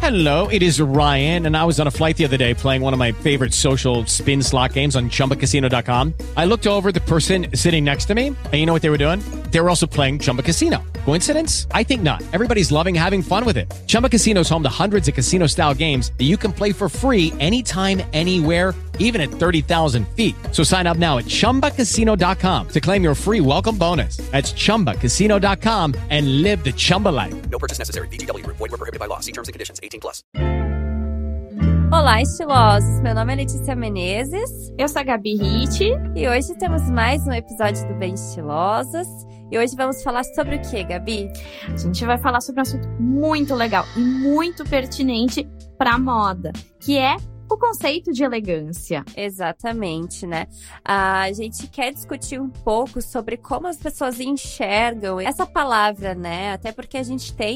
Hello, it is Ryan, and I was on a flight the other day playing one of my favorite social spin slot games on ChumbaCasino.com. I looked over at the person sitting next to me, and you know what they were doing? They were also playing Chumba Casino. Coincidence? I think not. Everybody's loving having fun with it. Chumba Casino is home to hundreds of casino-style games that you can play for free anytime, anywhere, even at 30,000 feet. So sign up now at ChumbaCasino.com to claim your free welcome bonus. That's ChumbaCasino.com and live the Chumba life. No purchase necessary. VGW Group. Void where prohibited by law. See terms and conditions. 18+. Olá, estilosos! Meu nome é Letícia Menezes. Eu sou a Gabi Ritt. E hoje temos mais um episódio do Bem Estilosas. E hoje vamos falar sobre o que, Gabi? A gente vai falar sobre um assunto muito legal e muito pertinente para a moda, que é o conceito de elegância. Exatamente, né? A gente quer discutir um pouco sobre como as pessoas enxergam essa palavra, né? Até porque a gente tem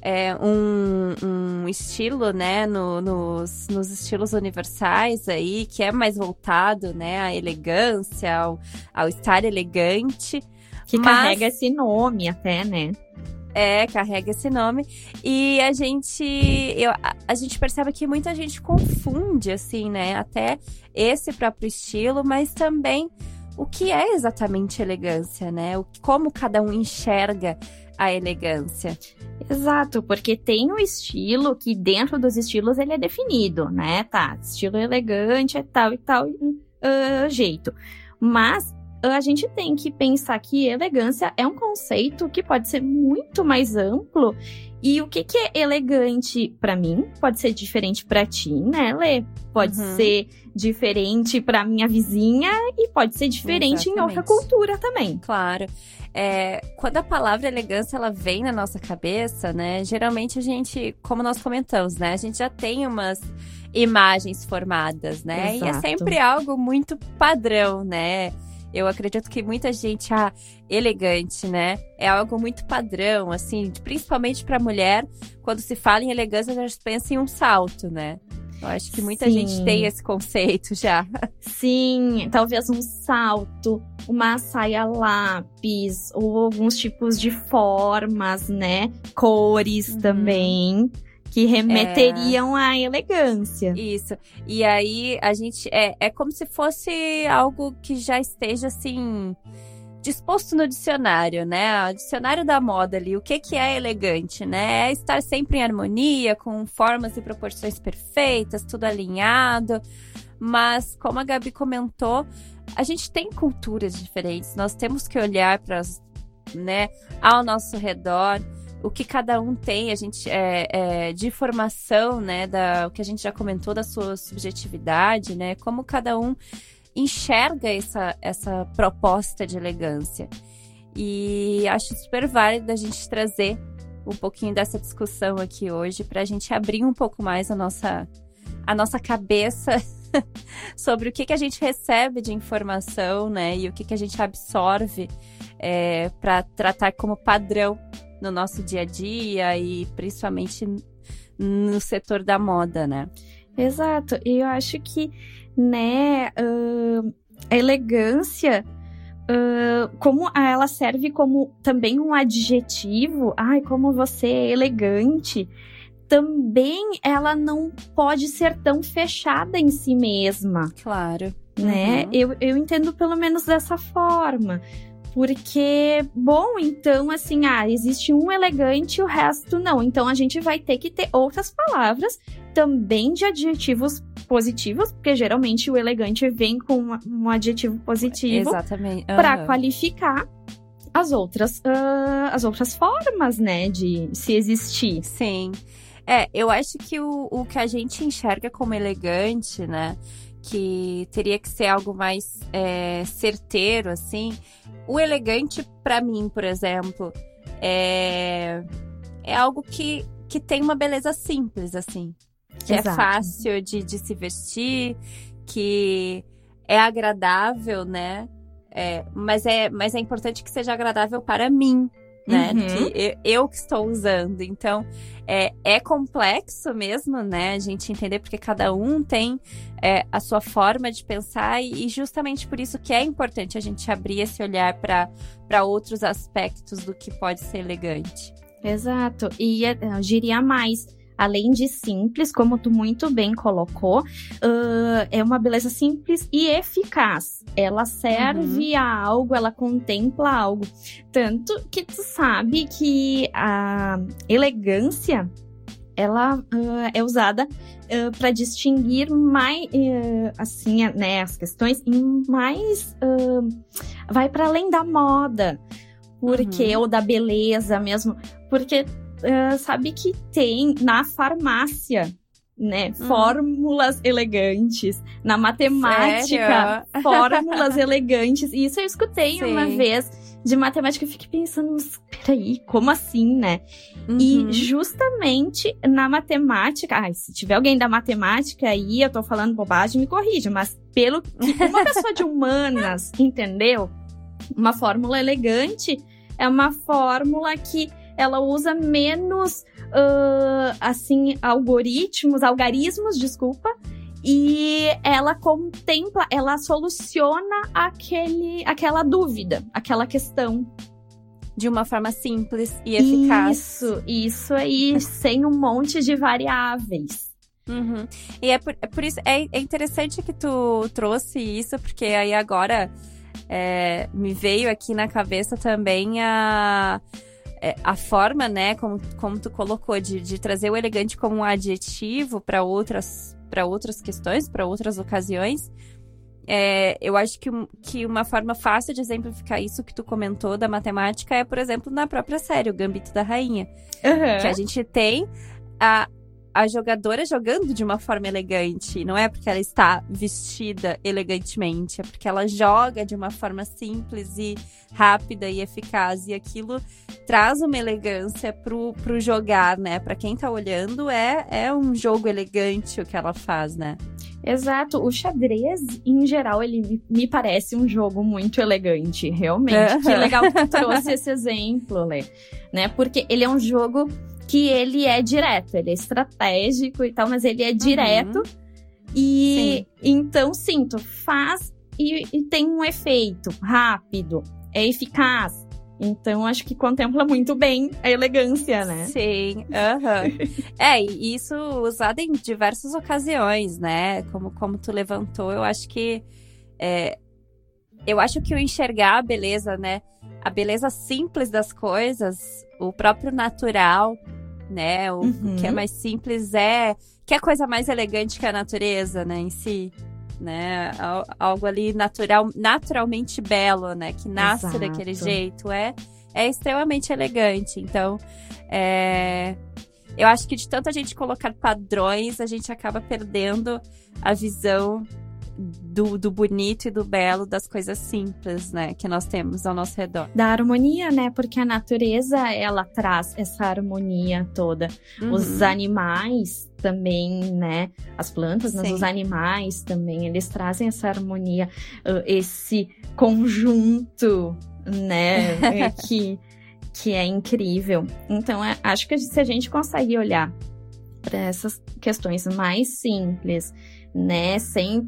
um estilo, né? Nos estilos universais aí, que é mais voltado, né? À elegância, ao estar elegante. Que carrega esse nome até, né? Carrega esse nome. E a gente percebe que muita gente confunde, assim, né? Até esse próprio estilo, mas também o que é exatamente elegância, né? Como cada um enxerga a elegância. Exato, porque tem o estilo que dentro dos estilos ele é definido, né? Tá, estilo elegante é tal e tal jeito. Mas a gente tem que pensar que elegância é um conceito que pode ser muito mais amplo. E o que é elegante pra mim pode ser diferente pra ti, né, Lê? Pode ser diferente pra minha vizinha e pode ser diferente em outra cultura também. Claro. Quando a palavra elegância ela vem na nossa cabeça, né? Geralmente a gente, como nós comentamos, né? A gente já tem umas imagens formadas, né? Exato. E é sempre algo muito padrão, né? Eu acredito que muita gente, elegante, né? É algo muito padrão, assim, principalmente pra mulher. Quando se fala em elegância, a gente pensa em um salto, né? Eu acho que muita gente tem esse conceito já. Sim, talvez um salto, uma saia lápis, ou alguns tipos de formas, né? Cores também, que remeteriam à elegância. Isso. E aí, a gente... É como se fosse algo que já esteja, assim, disposto no dicionário, né? O dicionário da moda ali. O que é elegante, né? É estar sempre em harmonia, com formas e proporções perfeitas, tudo alinhado. Mas, como a Gabi comentou, a gente tem culturas diferentes. Nós temos que olhar para, né, ao nosso redor. O que cada um tem, a gente de formação, né, o que a gente já comentou da sua subjetividade, né, como cada um enxerga essa proposta de elegância. E acho super válido a gente trazer um pouquinho dessa discussão aqui hoje, para a gente abrir um pouco mais a nossa cabeça sobre o que a gente recebe de informação, né, e o que a gente absorve para tratar como padrão no nosso dia a dia e principalmente no setor da moda, né? Exato. E eu acho que, né, a elegância, como ela serve como também um adjetivo, como você é elegante, também ela não pode ser tão fechada em si mesma. Claro. Né? Eu entendo pelo menos dessa forma. Porque, bom, então, assim, existe um elegante e o resto não. Então, a gente vai ter que ter outras palavras também de adjetivos positivos, porque geralmente o elegante vem com um adjetivo positivo. Exatamente. Para qualificar as outras formas, né, de se existir. Sim. Eu acho que o que a gente enxerga como elegante, né, que teria que ser algo mais certeiro, assim. O elegante, pra mim, por exemplo, é algo que tem uma beleza simples, assim. Que Exato. É fácil de se vestir, que é agradável, né? Mas é importante que seja agradável para mim, né? Que eu que estou usando. Então, é complexo mesmo, né? A gente entender porque cada um tem a sua forma de pensar e justamente por isso que é importante a gente abrir esse olhar para outros aspectos do que pode ser elegante. Exato. E eu diria mais, além de simples, como tu muito bem colocou, é uma beleza simples e eficaz. Ela serve a algo, ela contempla algo. Tanto que tu sabe que a elegância, ela é usada para distinguir mais, assim, né, as questões em mais... vai para além da moda, porque ou da beleza mesmo, porque sabe que tem na farmácia, né, fórmulas elegantes, na matemática, fórmulas elegantes. E isso eu escutei uma vez de matemática, eu fiquei pensando, mas peraí, como assim, né? E justamente na matemática, se tiver alguém da matemática aí, eu tô falando bobagem, me corrija, mas pelo que uma pessoa de humanas entendeu, uma fórmula elegante é uma fórmula que ela usa menos, assim, algarismos, e ela contempla, ela soluciona aquela dúvida, aquela questão. De uma forma simples e eficaz. Isso aí, sem um monte de variáveis. E é por isso, é interessante que tu trouxe isso, porque aí agora me veio aqui na cabeça também a forma, né, como tu colocou, de trazer o elegante como um adjetivo para outras questões, para outras ocasiões. Eu acho que uma forma fácil de exemplificar isso que tu comentou da matemática é, por exemplo, na própria série, o Gambito da Rainha. Que a gente tem a jogadora jogando de uma forma elegante. Não é porque ela está vestida elegantemente, é porque ela joga de uma forma simples e rápida e eficaz. E aquilo traz uma elegância pro jogar, né? Pra quem tá olhando, é um jogo elegante o que ela faz, né? Exato. O xadrez, em geral, ele me parece um jogo muito elegante, realmente. Que legal que tu trouxe esse exemplo, Lê. Né? Porque ele é um jogo que ele é direto, ele é estratégico e tal, mas ele é direto. E então, sim, tu faz e tem um efeito rápido, é eficaz. Então, acho que contempla muito bem a elegância, né? Sim, e isso usado em diversas ocasiões, né? Como tu levantou, eu acho que o enxergar a beleza, né? A beleza simples das coisas, o próprio natural, né? O que é mais simples que é a coisa mais elegante que a natureza, né, em si. Né, algo ali naturalmente belo, né, que nasce daquele jeito, é extremamente elegante. Então, eu acho que de tanto a gente colocar padrões, a gente acaba perdendo a visão do bonito e do belo das coisas simples, né, que nós temos ao nosso redor. Da harmonia, né, porque a natureza, ela traz essa harmonia toda. Os animais também, né, as plantas, mas os animais também, eles trazem essa harmonia, esse conjunto, né, que é incrível. Então, acho que se a gente consegue olhar para essas questões mais simples, né, sem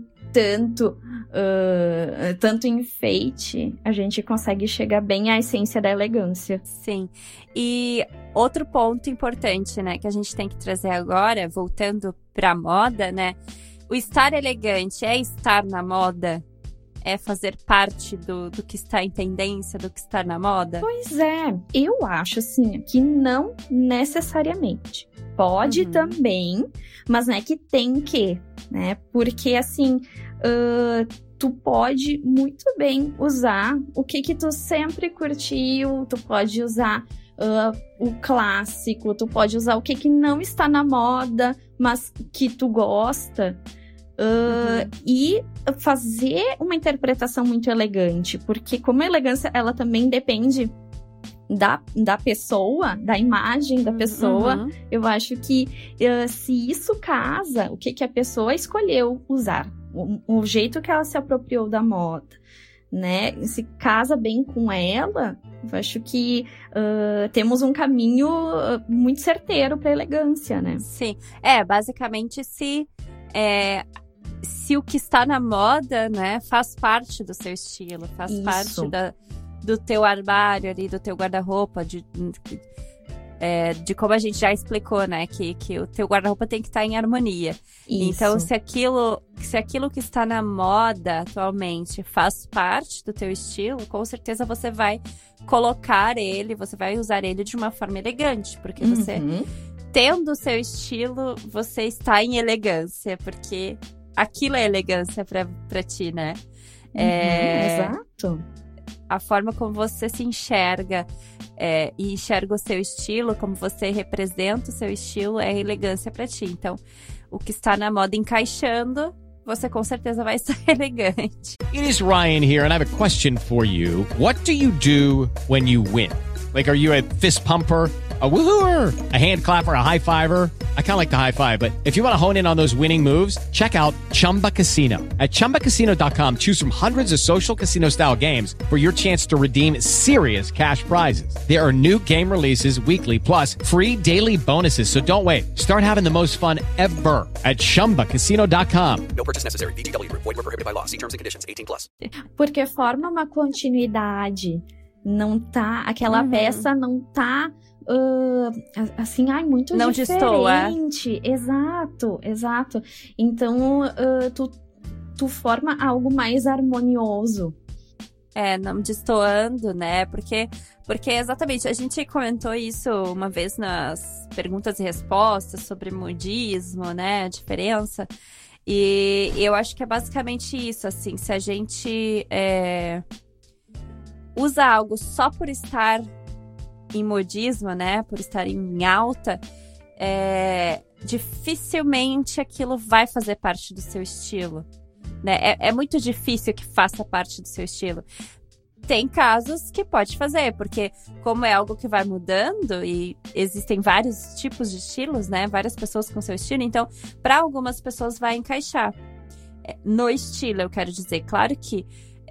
tanto enfeite, a gente consegue chegar bem à essência da elegância. Sim. E outro ponto importante, né, que a gente tem que trazer agora, voltando pra moda, né, o estar elegante é estar na moda? É fazer parte do que está em tendência, do que está na moda? Pois é, eu acho assim, que não necessariamente. Pode também, mas não é que tem que, né? Porque assim, tu pode muito bem usar o que tu sempre curtiu, tu pode usar o clássico, tu pode usar o que não está na moda, mas que tu gosta. E fazer uma interpretação muito elegante, porque como a elegância, ela também depende da pessoa, da imagem da pessoa, eu acho que se isso casa, o que a pessoa escolheu usar, o jeito que ela se apropriou da moda, né, se casa bem com ela, eu acho que temos um caminho muito certeiro para elegância, né? Sim, basicamente se o que está na moda, né, faz parte do seu estilo, faz parte do teu armário ali, do teu guarda-roupa, de como a gente já explicou, né? Que o teu guarda-roupa tem que estar em harmonia. Isso. Então, se aquilo que está na moda atualmente faz parte do teu estilo, com certeza você vai colocar ele, você vai usar ele de uma forma elegante. Porque você, tendo o seu estilo, você está em elegância. Porque aquilo é elegância pra ti, né? Exato. A forma como você se enxerga e enxerga o seu estilo, como você representa o seu estilo, é elegância pra ti. Então, o que está na moda encaixando, você com certeza vai ser elegante. It is Ryan here, and I have a question for you. What do you do when you win? Like, are you a fist pumper, a woohooer, a hand clapper, a high fiver? I kind of like the high five, but if you want to hone in on those winning moves, check out Chumba Casino. At ChumbaCasino.com, choose from hundreds of social casino-style games for your chance to redeem serious cash prizes. There are new game releases weekly, plus free daily bonuses. So don't wait. Start having the most fun ever at ChumbaCasino.com. No purchase necessary. VGW Group. Void where prohibited by law. See terms and conditions. 18+. Porque forma uma continuidade. Não tá... Aquela peça não tá... assim, muito não diferente. Destoa. Exato. Então, tu forma algo mais harmonioso. Não destoando, né? Porque exatamente, a gente comentou isso uma vez nas perguntas e respostas sobre modismo, né? A diferença. E eu acho que é basicamente isso, assim. Se a gente usa algo só por estar em modismo, né, por estar em alta, dificilmente aquilo vai fazer parte do seu estilo, né? É muito difícil que faça parte do seu estilo. Tem casos que pode fazer, porque como é algo que vai mudando e existem vários tipos de estilos, né, várias pessoas com seu estilo, então para algumas pessoas vai encaixar. No estilo, eu quero dizer, claro que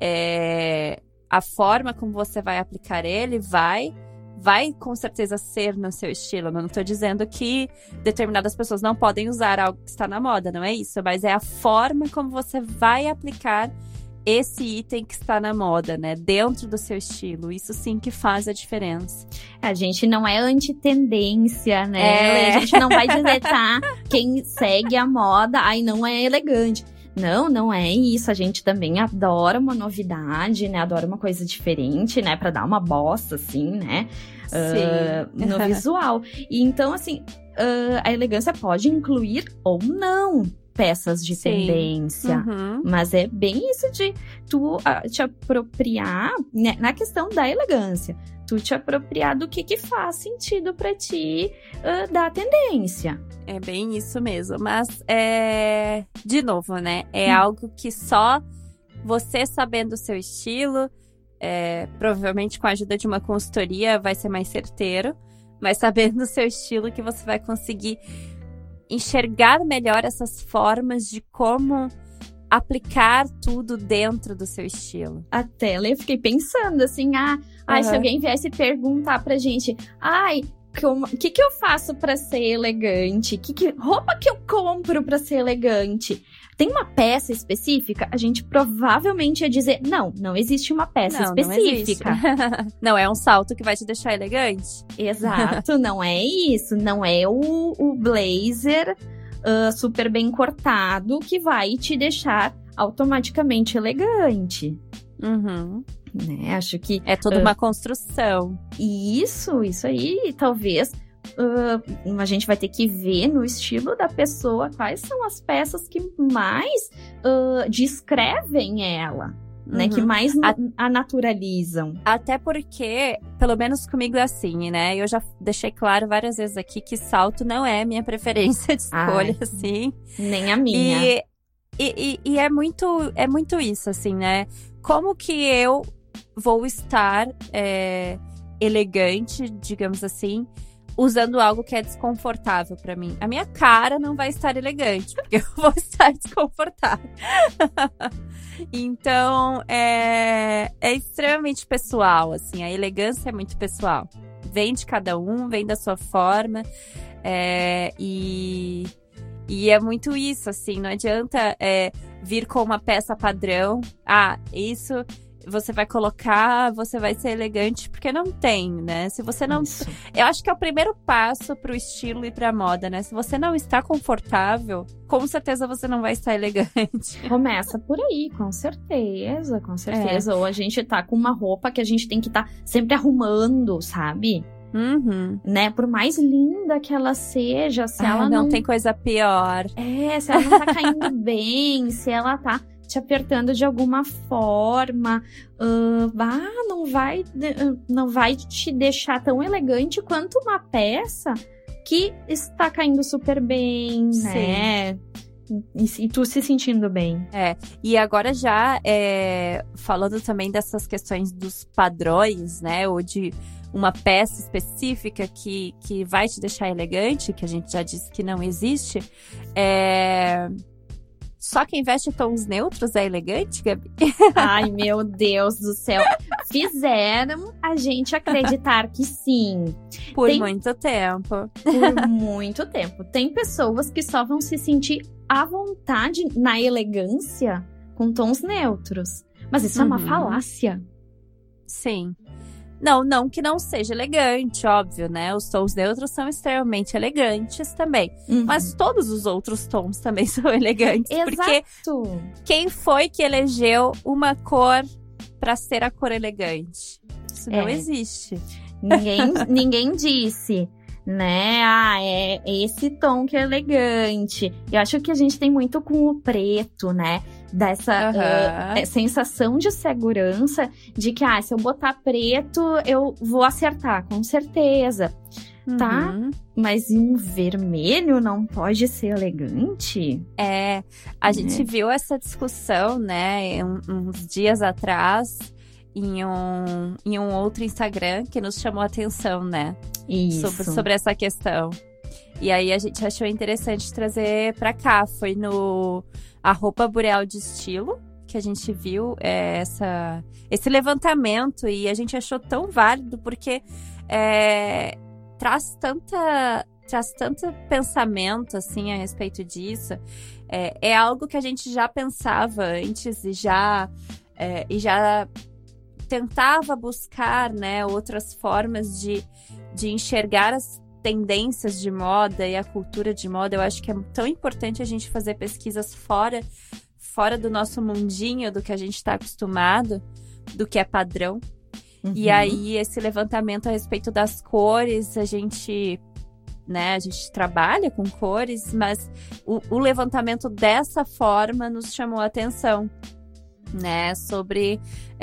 a forma como você vai aplicar ele vai com certeza ser no seu estilo. Eu não tô dizendo que determinadas pessoas não podem usar algo que está na moda, não é isso. Mas é a forma como você vai aplicar esse item que está na moda, né? Dentro do seu estilo. Isso sim que faz a diferença. A gente não é antitendência, né? A gente não vai dizer, quem segue a moda, não é elegante. Não é isso. A gente também adora uma novidade, né? Adora uma coisa diferente, né? Pra dar uma bossa, assim, né? No visual. E então, assim, a elegância pode incluir ou não peças de tendência. Mas é bem isso de tu te apropriar, né? Na questão da elegância. Tu te apropriar do que faz sentido pra ti da tendência. É bem isso mesmo, mas de novo, né? É algo que só você sabendo o seu estilo, provavelmente com a ajuda de uma consultoria vai ser mais certeiro, mas sabendo o seu estilo que você vai conseguir enxergar melhor essas formas de como aplicar tudo dentro do seu estilo. Até eu fiquei pensando assim, se alguém viesse perguntar pra gente, o que eu faço pra ser elegante? Que roupa que eu compro pra ser elegante? Tem uma peça específica? A gente provavelmente ia dizer, não existe uma peça específica. Não é um salto que vai te deixar elegante. Exato, não é isso. Não é o blazer super bem cortado que vai te deixar automaticamente elegante. Né? Acho que é toda uma construção. Isso aí, talvez a gente vai ter que ver no estilo da pessoa quais são as peças que mais descrevem ela, né? Que mais a naturalizam. Até porque, pelo menos comigo é assim, né? Eu já deixei claro várias vezes aqui que salto não é minha preferência de escolha, assim. Nem a minha. E é muito isso, assim, né? Como que eu vou estar elegante, digamos assim, usando algo que é desconfortável pra mim? A minha cara não vai estar elegante, porque eu vou estar desconfortável. Então, é extremamente pessoal, assim. A elegância é muito pessoal. Vem de cada um, vem da sua forma. E é muito isso, assim. Não adianta vir com uma peça padrão. Isso você vai colocar, você vai ser elegante, porque não tem, né? Se você não... Isso. Eu acho que é o primeiro passo pro estilo e pra moda, né? Se você não está confortável, com certeza você não vai estar elegante. Começa por aí, com certeza, com certeza. Ou a gente tá com uma roupa que a gente tem que estar sempre arrumando, sabe? Uhum. Né? Por mais linda que ela seja, se ela não tem coisa pior. se ela não tá caindo bem, se ela tá te apertando de alguma forma, não vai te deixar tão elegante quanto uma peça que está caindo super bem, né? E tu se sentindo bem. E agora já falando também dessas questões dos padrões, né? Ou de uma peça específica que vai te deixar elegante, que a gente já disse que não existe. Só quem veste tons neutros é elegante, Gabi? Ai, meu Deus do céu. Fizeram a gente acreditar que sim. Por muito tempo. Por muito tempo. Tem pessoas que só vão se sentir à vontade na elegância com tons neutros. Mas isso é uma falácia. Sim. Não que não seja elegante, óbvio, né? Os tons neutros são extremamente elegantes também. Mas todos os outros tons também são elegantes. Exato. Porque quem foi que elegeu uma cor pra ser a cor elegante? Isso não existe. Ninguém disse, né? É esse tom que é elegante. Eu acho que a gente tem muito com o preto, né? Dessa sensação de segurança de que, se eu botar preto, eu vou acertar, com certeza. Tá? Mas um vermelho não pode ser elegante? A gente viu essa discussão, né, uns dias atrás, em um outro Instagram que nos chamou a atenção, né? Isso. Sobre essa questão. E aí a gente achou interessante trazer pra cá. Foi no @Boreal de Estilo que a gente viu esse levantamento, e a gente achou tão válido porque traz tanto pensamento assim a respeito disso. É algo que a gente já pensava antes e já tentava buscar, né, outras formas de enxergar as tendências de moda e a cultura de moda. Eu acho que é tão importante a gente fazer pesquisas fora do nosso mundinho, do que a gente está acostumado, do que é padrão. E aí, esse levantamento a respeito das cores, a gente trabalha com cores, mas o levantamento dessa forma nos chamou a atenção, né, sobre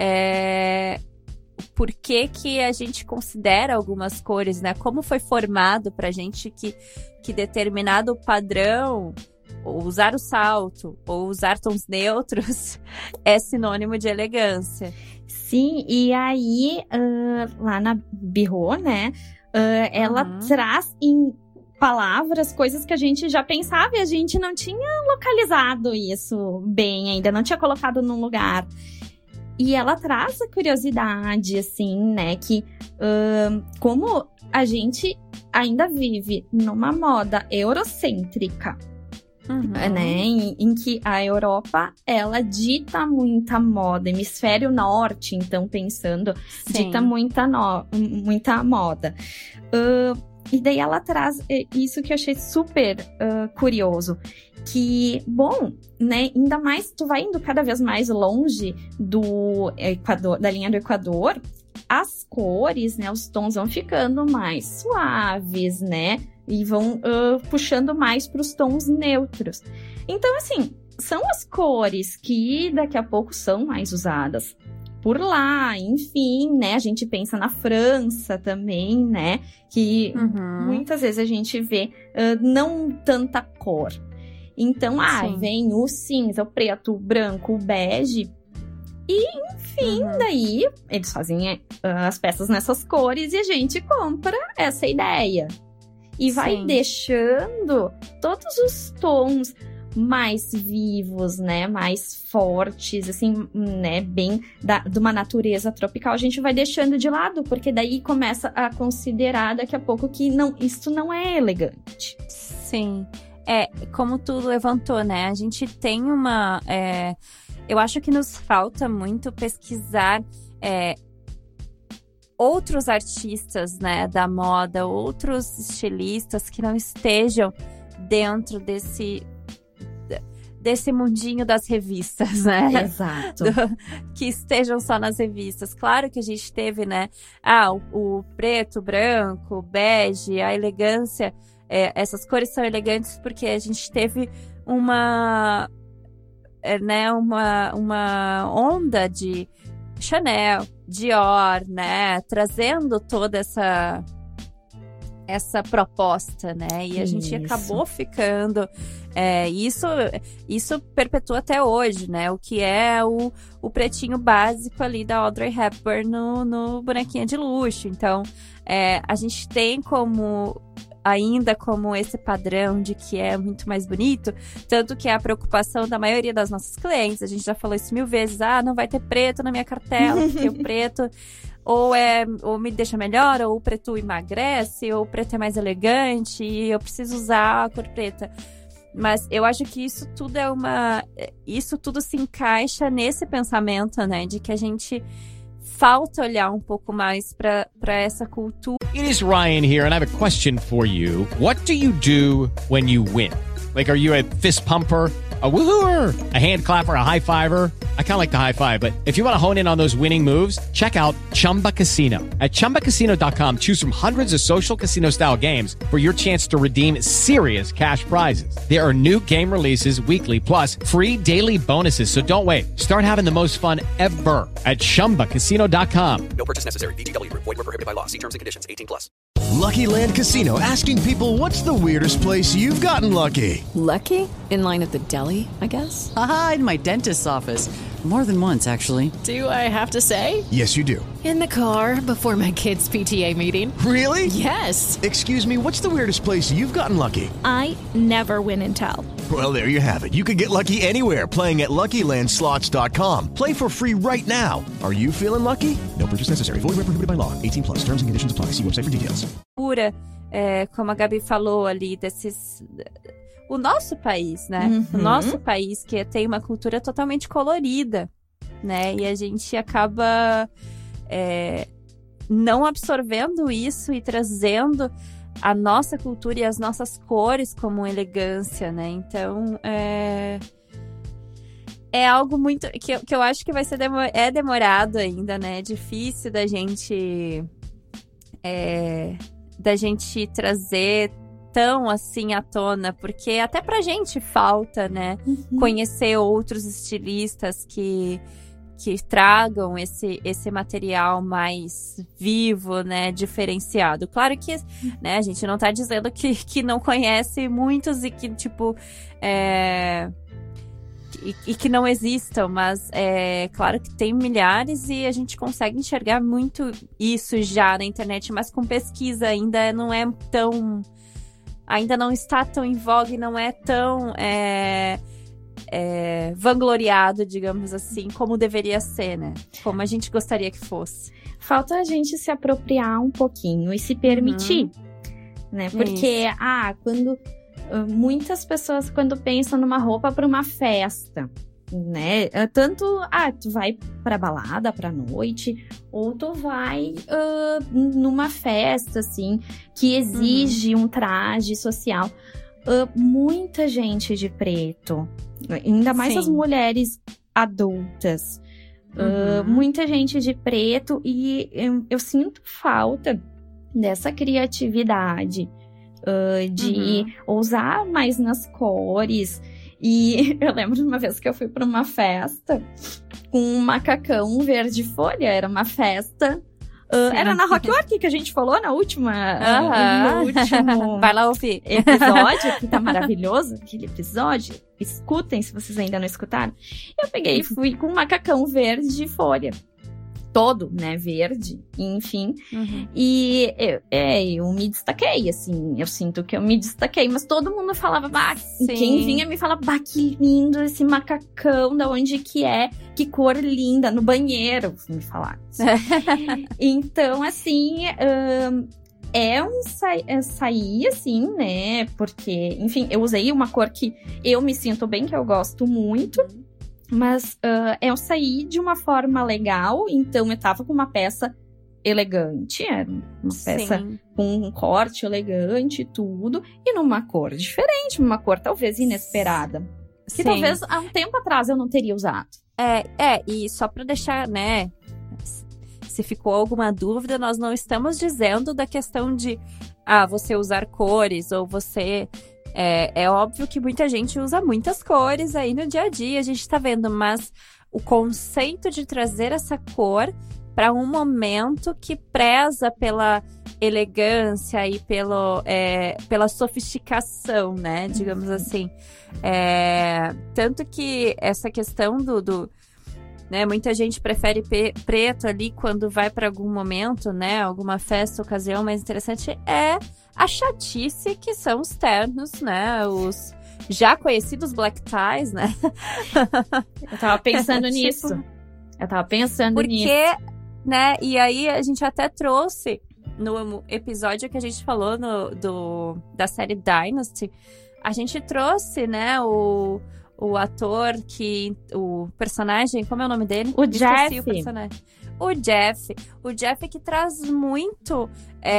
por que a gente considera algumas cores, né? Como foi formado pra gente que determinado padrão, ou usar o salto, ou usar tons neutros, é sinônimo de elegância. Sim, e aí, lá na Birro, né? Ela traz em palavras, coisas que a gente já pensava e a gente não tinha localizado isso bem ainda, não tinha colocado num lugar. E ela traz a curiosidade, assim, né, que como a gente ainda vive numa moda eurocêntrica, né, em que a Europa, ela dita muita moda, hemisfério norte, então, pensando, dita muita moda. E daí ela traz isso que eu achei super curioso, que, bom, né, ainda mais, tu vai indo cada vez mais longe do Equador, da linha do Equador, as cores, né, os tons vão ficando mais suaves, né, e vão puxando mais para os tons neutros. Então, assim, são as cores que daqui a pouco são mais usadas por lá, enfim, né, a gente pensa na França também, né, que muitas vezes a gente vê não tanta cor. Então, vem o cinza, o preto, o branco, o bege, e, enfim, daí eles fazem as peças nessas cores e a gente compra essa ideia. E vai deixando todos os tons mais vivos, né, mais fortes, assim, né, bem de uma natureza tropical, a gente vai deixando de lado, porque daí começa a considerar daqui a pouco que isso não é elegante. Sim, como tu levantou, né, a gente tem eu acho que nos falta muito pesquisar outros artistas, né, da moda, outros estilistas que não estejam dentro desse mundinho das revistas, né? Exato. Que estejam só nas revistas. Claro que a gente teve, né, o preto, branco, o bege, a elegância. Essas cores são elegantes porque a gente teve uma onda de Chanel, Dior, né, trazendo toda essa proposta, né, e a gente acabou ficando, isso perpetua até hoje, né, o que é o pretinho básico ali da Audrey Hepburn no Bonequinha de Luxo. Então, a gente tem ainda como esse padrão de que é muito mais bonito, tanto que é a preocupação da maioria das nossas clientes. A gente já falou isso 1000 vezes, não vai ter preto na minha cartela, porque o preto ou me deixa melhor, ou o preto emagrece, ou o preto é mais elegante, e eu preciso usar a cor preta. Mas eu acho que isso tudo se encaixa nesse pensamento, né, de que a gente falta olhar um pouco mais para essa cultura. It is Ryan here, and I have a question for you. What do you do when you win? Like, are you a fist pumper, a woohooer, a hand clapper, a high fiver? I kind of like the high five, but if you want to hone in on those winning moves, check out Chumba Casino. At ChumbaCasino.com, choose from hundreds of social casino-style games for your chance to redeem serious cash prizes. There are new game releases weekly, plus free daily bonuses, so don't wait. Start having the most fun ever at ChumbaCasino.com. No purchase necessary. VGW Group. Void where prohibited by law. See terms and conditions. 18+. Lucky Land Casino, asking people, what's the weirdest place you've gotten lucky? Lucky? In line at the deli, I guess? Aha, in my dentist's office. More than once, actually. Do I have to say? Yes, you do. In the car before my kids' PTA meeting. Really? Yes. Excuse me, what's the weirdest place you've gotten lucky? I never win and tell. Well, there you have it. You can get lucky anywhere, playing at LuckyLandSlots.com. Play for free right now. Are you feeling lucky? No purchase necessary. Void where prohibited by law. 18+. Terms and conditions apply. See website for details. Como a Gabi falou ali, o nosso país, né? Uhum. O nosso país que tem uma cultura totalmente colorida, né? E a gente acaba não absorvendo isso e trazendo a nossa cultura e as nossas cores como elegância, né? Então, é algo muito... que eu acho que vai ser demorado ainda, né? É difícil da gente trazer tão assim à tona, porque até pra gente falta, né? Conhecer outros estilistas que tragam esse material mais vivo, né, diferenciado. Claro que, né, a gente não tá dizendo que não conhece muitos e que, tipo, e que não existam, mas claro que tem milhares e a gente consegue enxergar muito isso já na internet, mas com pesquisa ainda não é tão... ainda não está tão em voga e não é tão vangloriado, digamos assim, como deveria ser, né? Como a gente gostaria que fosse. Falta a gente se apropriar um pouquinho e se permitir, né? Porque, quando muitas pessoas, quando pensam numa roupa para uma festa, né? Tanto, tu vai pra balada, pra noite, ou tu vai numa festa, assim, que exige um traje social. Muita gente de preto, ainda mais as mulheres adultas, muita gente de preto, e eu sinto falta dessa criatividade, de ousar mais nas cores. E eu lembro de uma vez que eu fui para uma festa com um macacão verde folha. Era uma festa... era na Rock Work que a gente falou no último Vai lá ouvir. Episódio, que tá maravilhoso, aquele episódio. Escutem, se vocês ainda não escutaram. Eu peguei e fui com um macacão verde folha. Todo, né, verde, enfim. E eu me destaquei, assim, eu sinto que eu me destaquei, mas todo mundo falava, quem vinha me falava, que lindo esse macacão, da onde que é, que cor linda, no banheiro, me falaram. Então, assim, sair, assim, né, porque, enfim, eu usei uma cor que eu me sinto bem, que eu gosto muito. Mas eu saí de uma forma legal, então eu tava com uma peça elegante, era uma peça com um corte elegante e tudo, e numa cor diferente, numa cor talvez inesperada, que talvez há um tempo atrás eu não teria usado. E só pra deixar, né, se ficou alguma dúvida, nós não estamos dizendo da questão de, você usar cores, ou você... É óbvio que muita gente usa muitas cores aí no dia a dia, a gente tá vendo, mas o conceito de trazer essa cor para um momento que preza pela elegância e pela sofisticação, né? Digamos assim. Tanto que essa questão né, muita gente prefere preto ali quando vai para algum momento, né? Alguma festa, ocasião, mais interessante é a chatice que são os ternos, né? Os já conhecidos black ties, né? Eu tava pensando nisso. Porque, né? E aí a gente até trouxe no episódio que a gente falou da série Dynasty, a gente trouxe, né, o ator o personagem, como é o nome dele? O Jeff. O Jeff que traz muito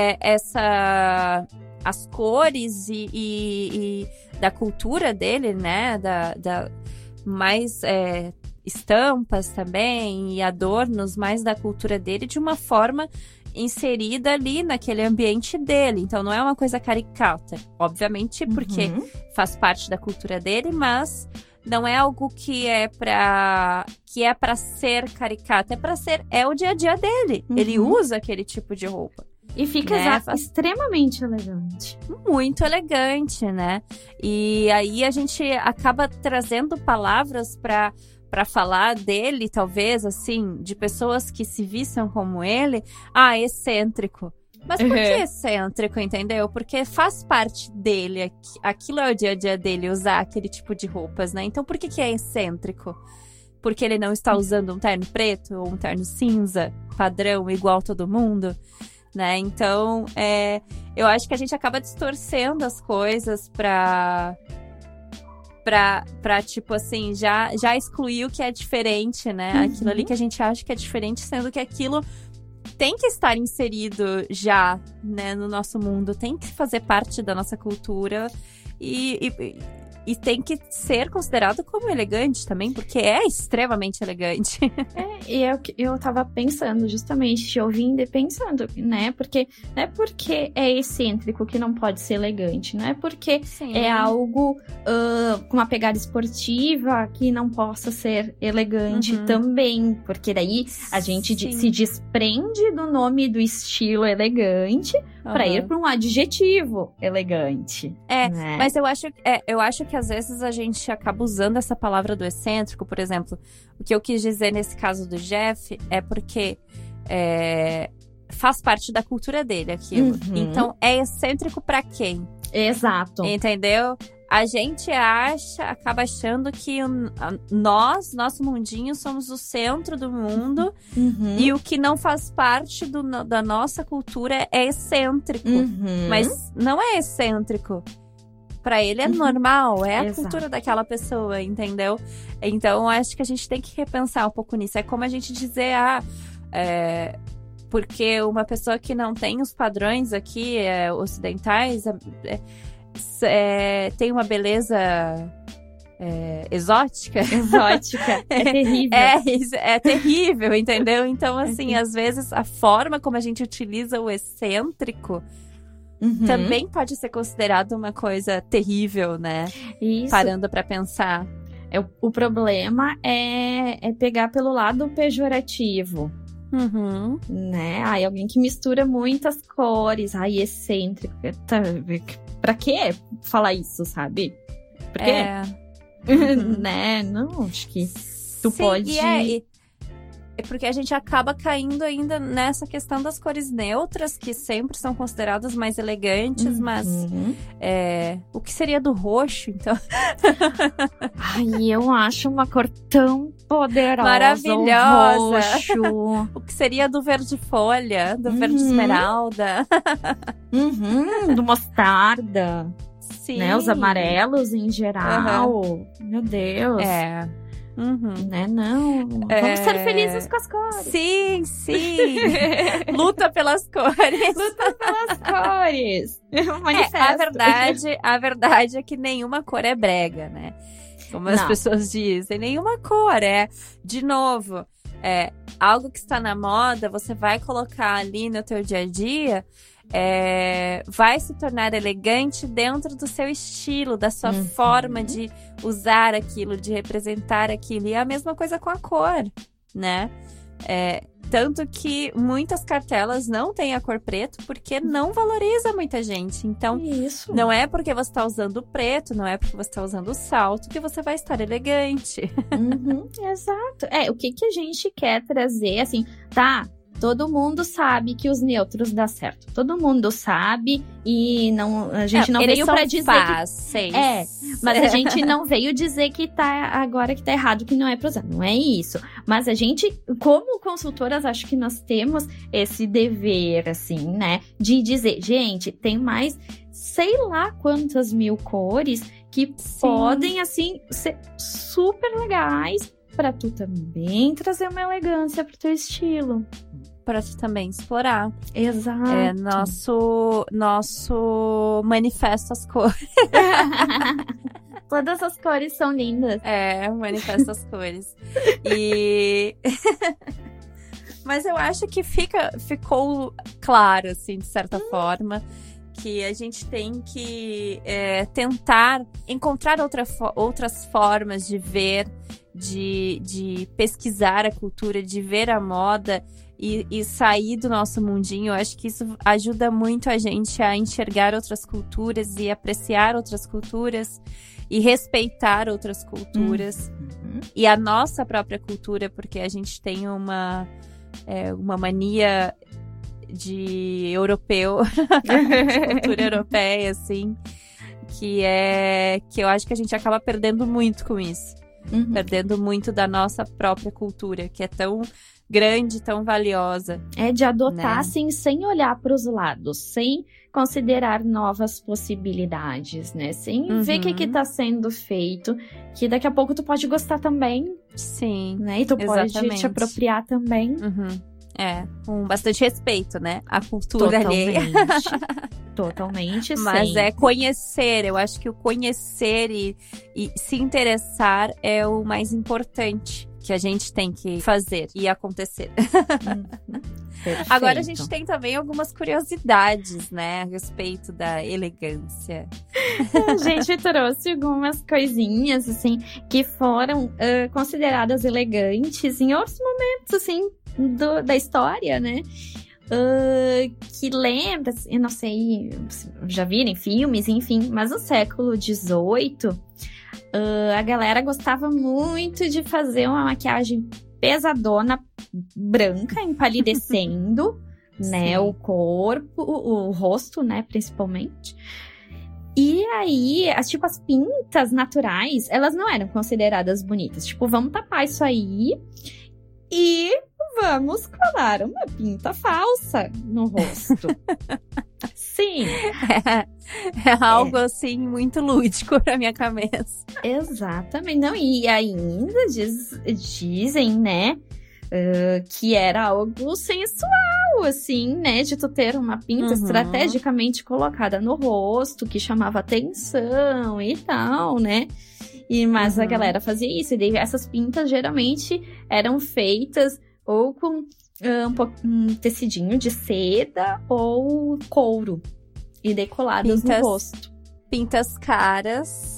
as cores e da cultura dele, né, mais estampas também e adornos mais da cultura dele de uma forma inserida ali naquele ambiente dele. Então não é uma coisa caricata, obviamente, porque faz parte da cultura dele, mas não é algo que é pra ser caricato, é o dia a dia dele. Ele usa aquele tipo de roupa. E fica extremamente elegante. Muito elegante, né? E aí a gente acaba trazendo palavras pra falar dele, talvez, assim, de pessoas que se vistam como ele. Excêntrico. Mas por que excêntrico, entendeu? Porque faz parte dele, aquilo é o dia a dia dele, usar aquele tipo de roupas, né? Então por que é excêntrico? Porque ele não está usando um terno preto ou um terno cinza, padrão, igual todo mundo, né? Então, eu acho que a gente acaba distorcendo as coisas pra tipo assim, já excluir o que é diferente, né? Aquilo ali que a gente acha que é diferente, sendo que aquilo tem que estar inserido já, né, no nosso mundo, tem que fazer parte da nossa cultura e tem que ser considerado como elegante também, porque é extremamente elegante. E eu tava pensando, justamente, te ouvindo e pensando, né, porque não é porque é excêntrico que não pode ser elegante, não é porque é algo com uma pegada esportiva que não possa ser elegante também, porque daí a gente se desprende do nome do estilo elegante para ir para um adjetivo elegante. Né? Mas eu acho que às vezes a gente acaba usando essa palavra do excêntrico, por exemplo. O que eu quis dizer nesse caso do Jeff é porque faz parte da cultura dele aquilo. Então, é excêntrico pra quem? Exato. Entendeu? A gente acaba achando que nosso mundinho, somos o centro do mundo e o que não faz parte da nossa cultura é excêntrico. Mas não é excêntrico. Pra ele é normal, é a cultura daquela pessoa, entendeu? Então, acho que a gente tem que repensar um pouco nisso. É como a gente dizer, porque uma pessoa que não tem os padrões aqui ocidentais tem uma beleza exótica. É terrível. É terrível, entendeu? Então, assim, às vezes, a forma como a gente utiliza o excêntrico também pode ser considerado uma coisa terrível, né? Isso. Parando pra pensar. O problema é pegar pelo lado pejorativo. Né? Alguém que mistura muitas cores. excêntrico. Pra que falar isso, sabe? Por quê? Né? Não, acho que tu pode... É porque a gente acaba caindo ainda nessa questão das cores neutras, que sempre são consideradas mais elegantes, mas o que seria do roxo, então? Eu acho uma cor tão poderosa. Maravilhosa. O roxo. O que seria do verde folha, do verde esmeralda. Do mostarda. Sim. Né? Os amarelos em geral. Meu Deus. Né? Não, vamos ser felizes com as cores. Sim. Luta pelas cores. Luta pelas cores. Manifesto. A verdade é que nenhuma cor é brega, né? Como as pessoas dizem, nenhuma cor de novo, algo que está na moda, você vai colocar ali no teu dia a dia, vai se tornar elegante dentro do seu estilo, da sua forma de usar aquilo, de representar aquilo. E é a mesma coisa com a cor, né? Tanto que muitas cartelas não têm a cor preto porque não valoriza muita gente. Então, não é porque você está usando preto, não é porque você está usando salto que você vai estar elegante. Exato. O que a gente quer trazer, assim, todo mundo sabe que os neutros dá certo. Todo mundo sabe e a gente não veio pra dizer mas a gente não veio dizer que agora que tá errado, que não é pra usar. Não é isso. Mas a gente, como consultoras, acho que nós temos esse dever, assim, né? De dizer, gente, tem mais sei lá quantas mil cores que podem, assim, ser super legais pra tu também trazer uma elegância pro teu estilo. Pra tu também explorar. Exato. Nosso manifesto às cores. Todas as cores são lindas. Manifesto às cores. Mas eu acho que ficou claro, assim, de certa forma, que a gente tem que tentar encontrar outras formas de ver, de pesquisar a cultura, de ver a moda e sair do nosso mundinho. Eu acho que isso ajuda muito a gente a enxergar outras culturas e apreciar outras culturas e respeitar outras culturas e a nossa própria cultura, porque a gente tem uma mania de europeu, de cultura europeia, assim, que eu acho que a gente acaba perdendo muito com isso. Perdendo muito da nossa própria cultura, que é tão grande, tão valiosa. De adotar, né? Assim, sem olhar para os lados, sem considerar novas possibilidades, né? Sem ver o que tá sendo feito, que daqui a pouco tu pode gostar também. Sim, né? E tu pode te apropriar também. Com bastante respeito, né? A cultura alheia. Totalmente, Mas conhecer, eu acho que o conhecer e se interessar é o mais importante que a gente tem que fazer e acontecer. Agora a gente tem também algumas curiosidades, né, a respeito da elegância. A gente trouxe algumas coisinhas, assim, que foram consideradas elegantes em outros momentos, assim, da história, né? Que lembra, eu não sei, já viram filmes, enfim, mas no século XVIII, a galera gostava muito de fazer uma maquiagem pesadona, branca, empalidecendo, né, o corpo, o rosto, né, principalmente. E aí, as pintas naturais, elas não eram consideradas bonitas. Tipo, vamos tapar isso aí e vamos colar uma pinta falsa no rosto. Sim. É algo, assim, muito lúdico pra minha cabeça. Exatamente. Não, e ainda dizem, né, que era algo sensual, assim, né, de tu ter uma pinta estrategicamente colocada no rosto, que chamava atenção e tal, né? Mas a galera fazia isso. E daí essas pintas geralmente eram feitas ou com um tecidinho de seda ou couro e decoladas no rosto. Pintas caras.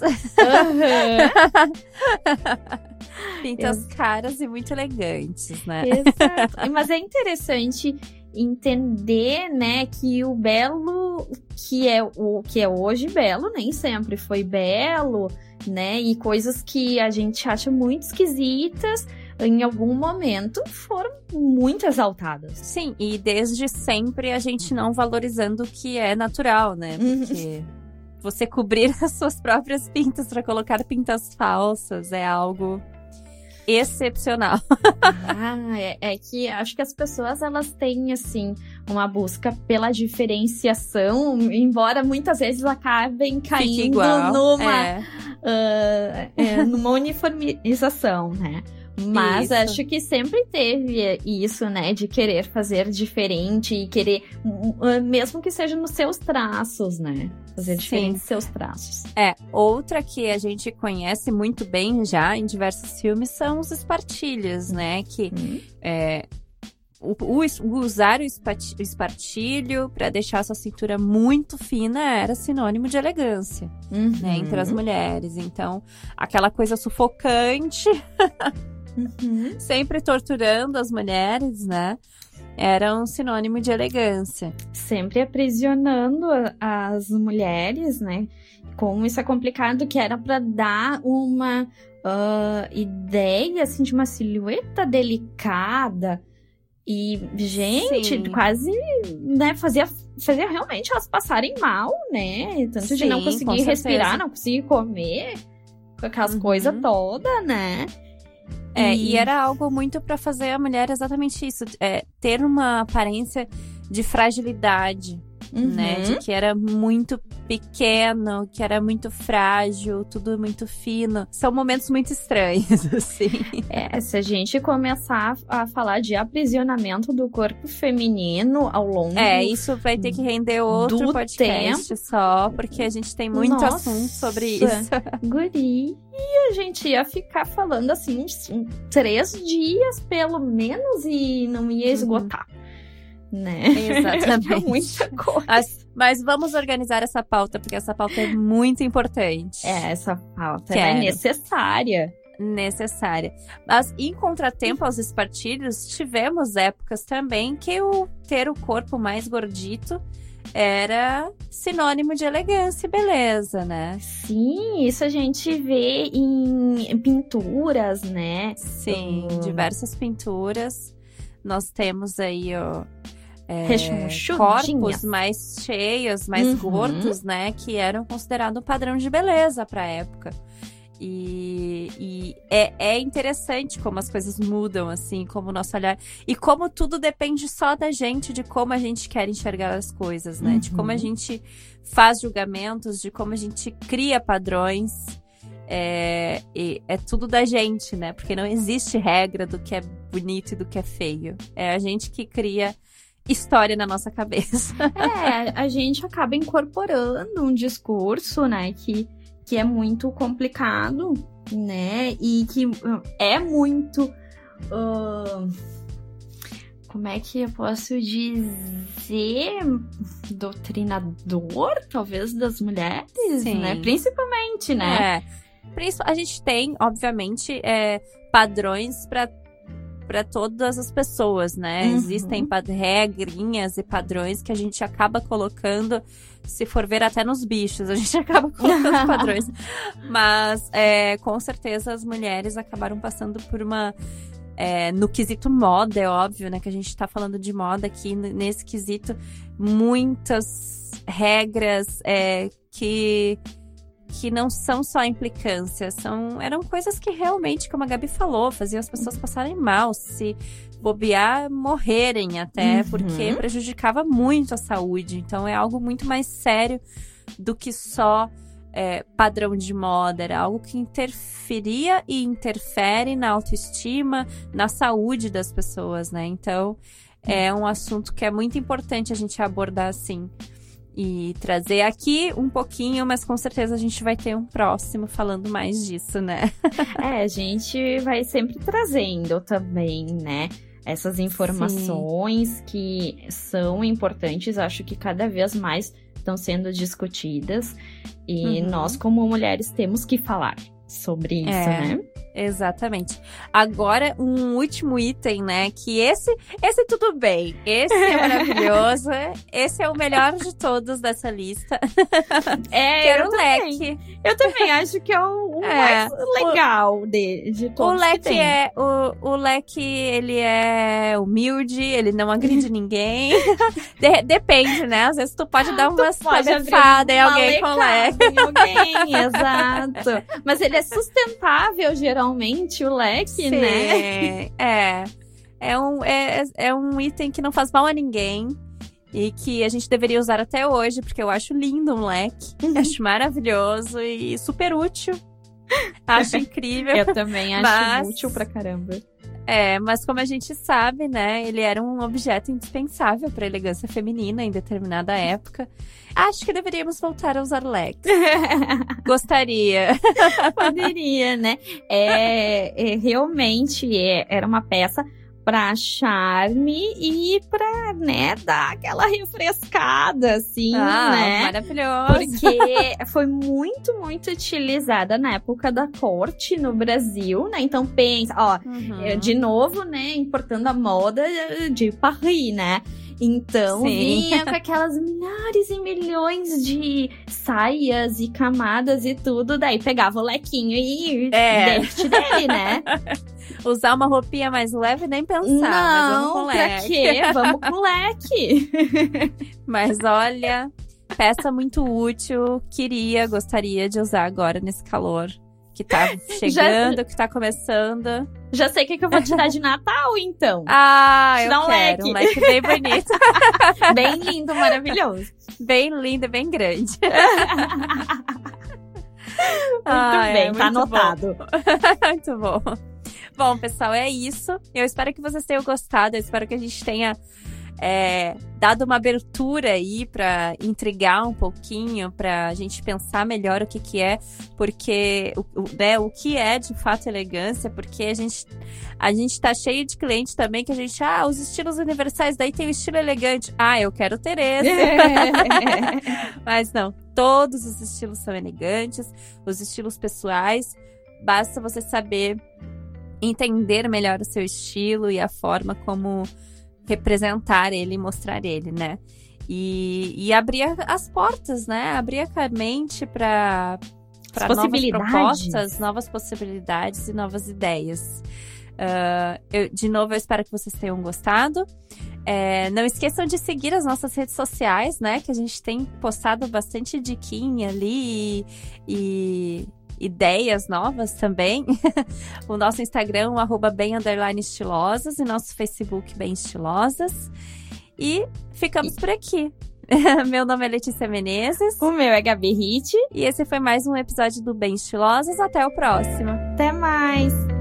Pintas caras e muito elegantes, né? Exato. Mas é interessante entender, né, que o belo, que é hoje belo, nem sempre foi belo, né? E coisas que a gente acha muito esquisitas, em algum momento foram muito exaltadas. Sim, e desde sempre a gente não valorizando o que é natural, né? Porque você cobrir as suas próprias pintas para colocar pintas falsas é algo excepcional. É que acho que as pessoas, elas têm, assim, uma busca pela diferenciação, embora muitas vezes acabem caindo numa uniformização, né? Mas Isso. acho que sempre teve isso, né? De querer fazer diferente e querer, mesmo que seja nos seus traços, né? Fazer diferente dos seus traços. Outra que a gente conhece muito bem já em diversos filmes são os espartilhos, né? Que usar o espartilho para deixar a sua cintura muito fina era sinônimo de elegância, né? Entre as mulheres. Então, aquela coisa sufocante, sempre torturando as mulheres, né? Era um sinônimo de elegância. Sempre aprisionando as mulheres, né? Como isso é complicado, que era para dar uma ideia, assim, de uma silhueta delicada. E, gente, quase, né, fazia realmente elas passarem mal, né? Tanto de não conseguir respirar, não conseguir comer, com aquelas coisas todas, né? E era algo muito pra fazer a mulher exatamente isso, ter uma aparência de fragilidade, né? De que era muito pequeno, que era muito frágil, tudo muito fino. São momentos muito estranhos, assim. Se a gente começar a falar de aprisionamento do corpo feminino ao longo... isso vai ter que render outro podcast só, porque a gente tem muito assunto sobre isso. Guri, a gente ia ficar falando assim uns 3 dias, pelo menos, e não ia esgotar. Né? Exatamente. É muita coisa. Mas vamos organizar essa pauta, porque essa pauta é muito importante. Essa pauta é necessária. Mas em contratempo aos espartilhos, tivemos épocas também que ter o corpo mais gordito era sinônimo de elegância e beleza, né? Sim, isso a gente vê em pinturas, né? Sim, diversas pinturas. Nós temos aí, corpos mais cheios, mais gordos, né? Que eram considerados um padrão de beleza para a época. E é interessante como as coisas mudam, assim, como o nosso olhar. E como tudo depende só da gente, de como a gente quer enxergar as coisas, né? De como a gente faz julgamentos, de como a gente cria padrões. É tudo da gente, né? Porque não existe regra do que é bonito e do que é feio. É a gente que cria história na nossa cabeça. A gente acaba incorporando um discurso, né? Que é muito complicado, né? E que é muito... como é que eu posso dizer? Doutrinador, talvez, das mulheres, né? Principalmente, né? A gente tem, obviamente, padrões para todas as pessoas, né? Existem regrinhas e padrões que a gente acaba colocando, se for ver até nos bichos, a gente acaba colocando padrões. Mas, com certeza, as mulheres acabaram passando por uma... no quesito moda, é óbvio, né? Que a gente tá falando de moda aqui, nesse quesito, muitas regras que não são só implicâncias, eram coisas que realmente, como a Gabi falou, faziam as pessoas passarem mal, se bobear, morrerem até, porque prejudicava muito a saúde. Então é algo muito mais sério do que só padrão de moda, era algo que interferia e interfere na autoestima, na saúde das pessoas, né? Então é um assunto que é muito importante a gente abordar assim. E trazer aqui um pouquinho, mas com certeza a gente vai ter um próximo falando mais disso, né? A gente vai sempre trazendo também, né? Essas informações que são importantes, acho que cada vez mais estão sendo discutidas. E nós, como mulheres, temos que falar sobre isso, né? Exatamente. Agora, um último item, né? Que esse tudo bem. Esse é maravilhoso. Esse é o melhor de todos dessa lista. Era o leque. Eu também acho que é o mais legal de todos. O leque, ele é humilde, ele não agride ninguém. Depende, né? Às vezes tu pode dar uma tabefada em alguém com leque. Exato. Mas ele é sustentável, geralmente, o leque, né? É um item que não faz mal a ninguém e que a gente deveria usar até hoje, porque eu acho lindo um leque, acho maravilhoso e super útil, Acho incrível. Eu também acho útil pra caramba. Mas como a gente sabe, né, ele era um objeto indispensável para elegância feminina em determinada época. Acho que deveríamos voltar a usar leques. Gostaria. Poderia, né? Realmente era uma peça pra charme e pra, né, dar aquela refrescada, assim, né? Maravilhoso. Porque foi muito, muito utilizada na época da corte no Brasil, né? Então pensa, de novo, né, importando a moda de Paris, né? Então, vinha com aquelas milhares e milhões de saias e camadas e tudo, daí pegava o lequinho e dente dele, né? Usar uma roupinha mais leve, nem pensar. Mas vamos com leque. Pra quê? Vamos com leque. Mas olha, peça muito útil. Gostaria de usar agora nesse calor que tá chegando, que tá começando. Já sei o que eu vou te dar de Natal, então. Eu quero. Um leque bem bonito. Bem lindo, maravilhoso. Bem lindo, bem grande. Muito bem, tá anotado. Muito bom. Bom, pessoal, é isso. Eu espero que vocês tenham gostado. Eu espero que a gente tenha dado uma abertura aí pra intrigar um pouquinho, pra gente pensar melhor o que é, porque o que é de fato elegância, porque a gente tá cheio de clientes também que a gente, os estilos universais, daí tem o estilo elegante. Eu quero ter esse. Mas não, todos os estilos são elegantes, os estilos pessoais, basta você saber entender melhor o seu estilo e a forma como representar ele e mostrar ele, né? E abrir as portas, né? Abrir a mente para novas propostas, novas possibilidades e novas ideias. De novo, eu espero que vocês tenham gostado. Não esqueçam de seguir as nossas redes sociais, né? Que a gente tem postado bastante diquinha ali e ideias novas também. O nosso Instagram, @bem_estilosas, e nosso Facebook, Bem Estilosas. E ficamos por aqui. Meu nome é Letícia Menezes. O meu é Gabi Ritt. E esse foi mais um episódio do Bem Estilosas. Até o próximo. Até mais!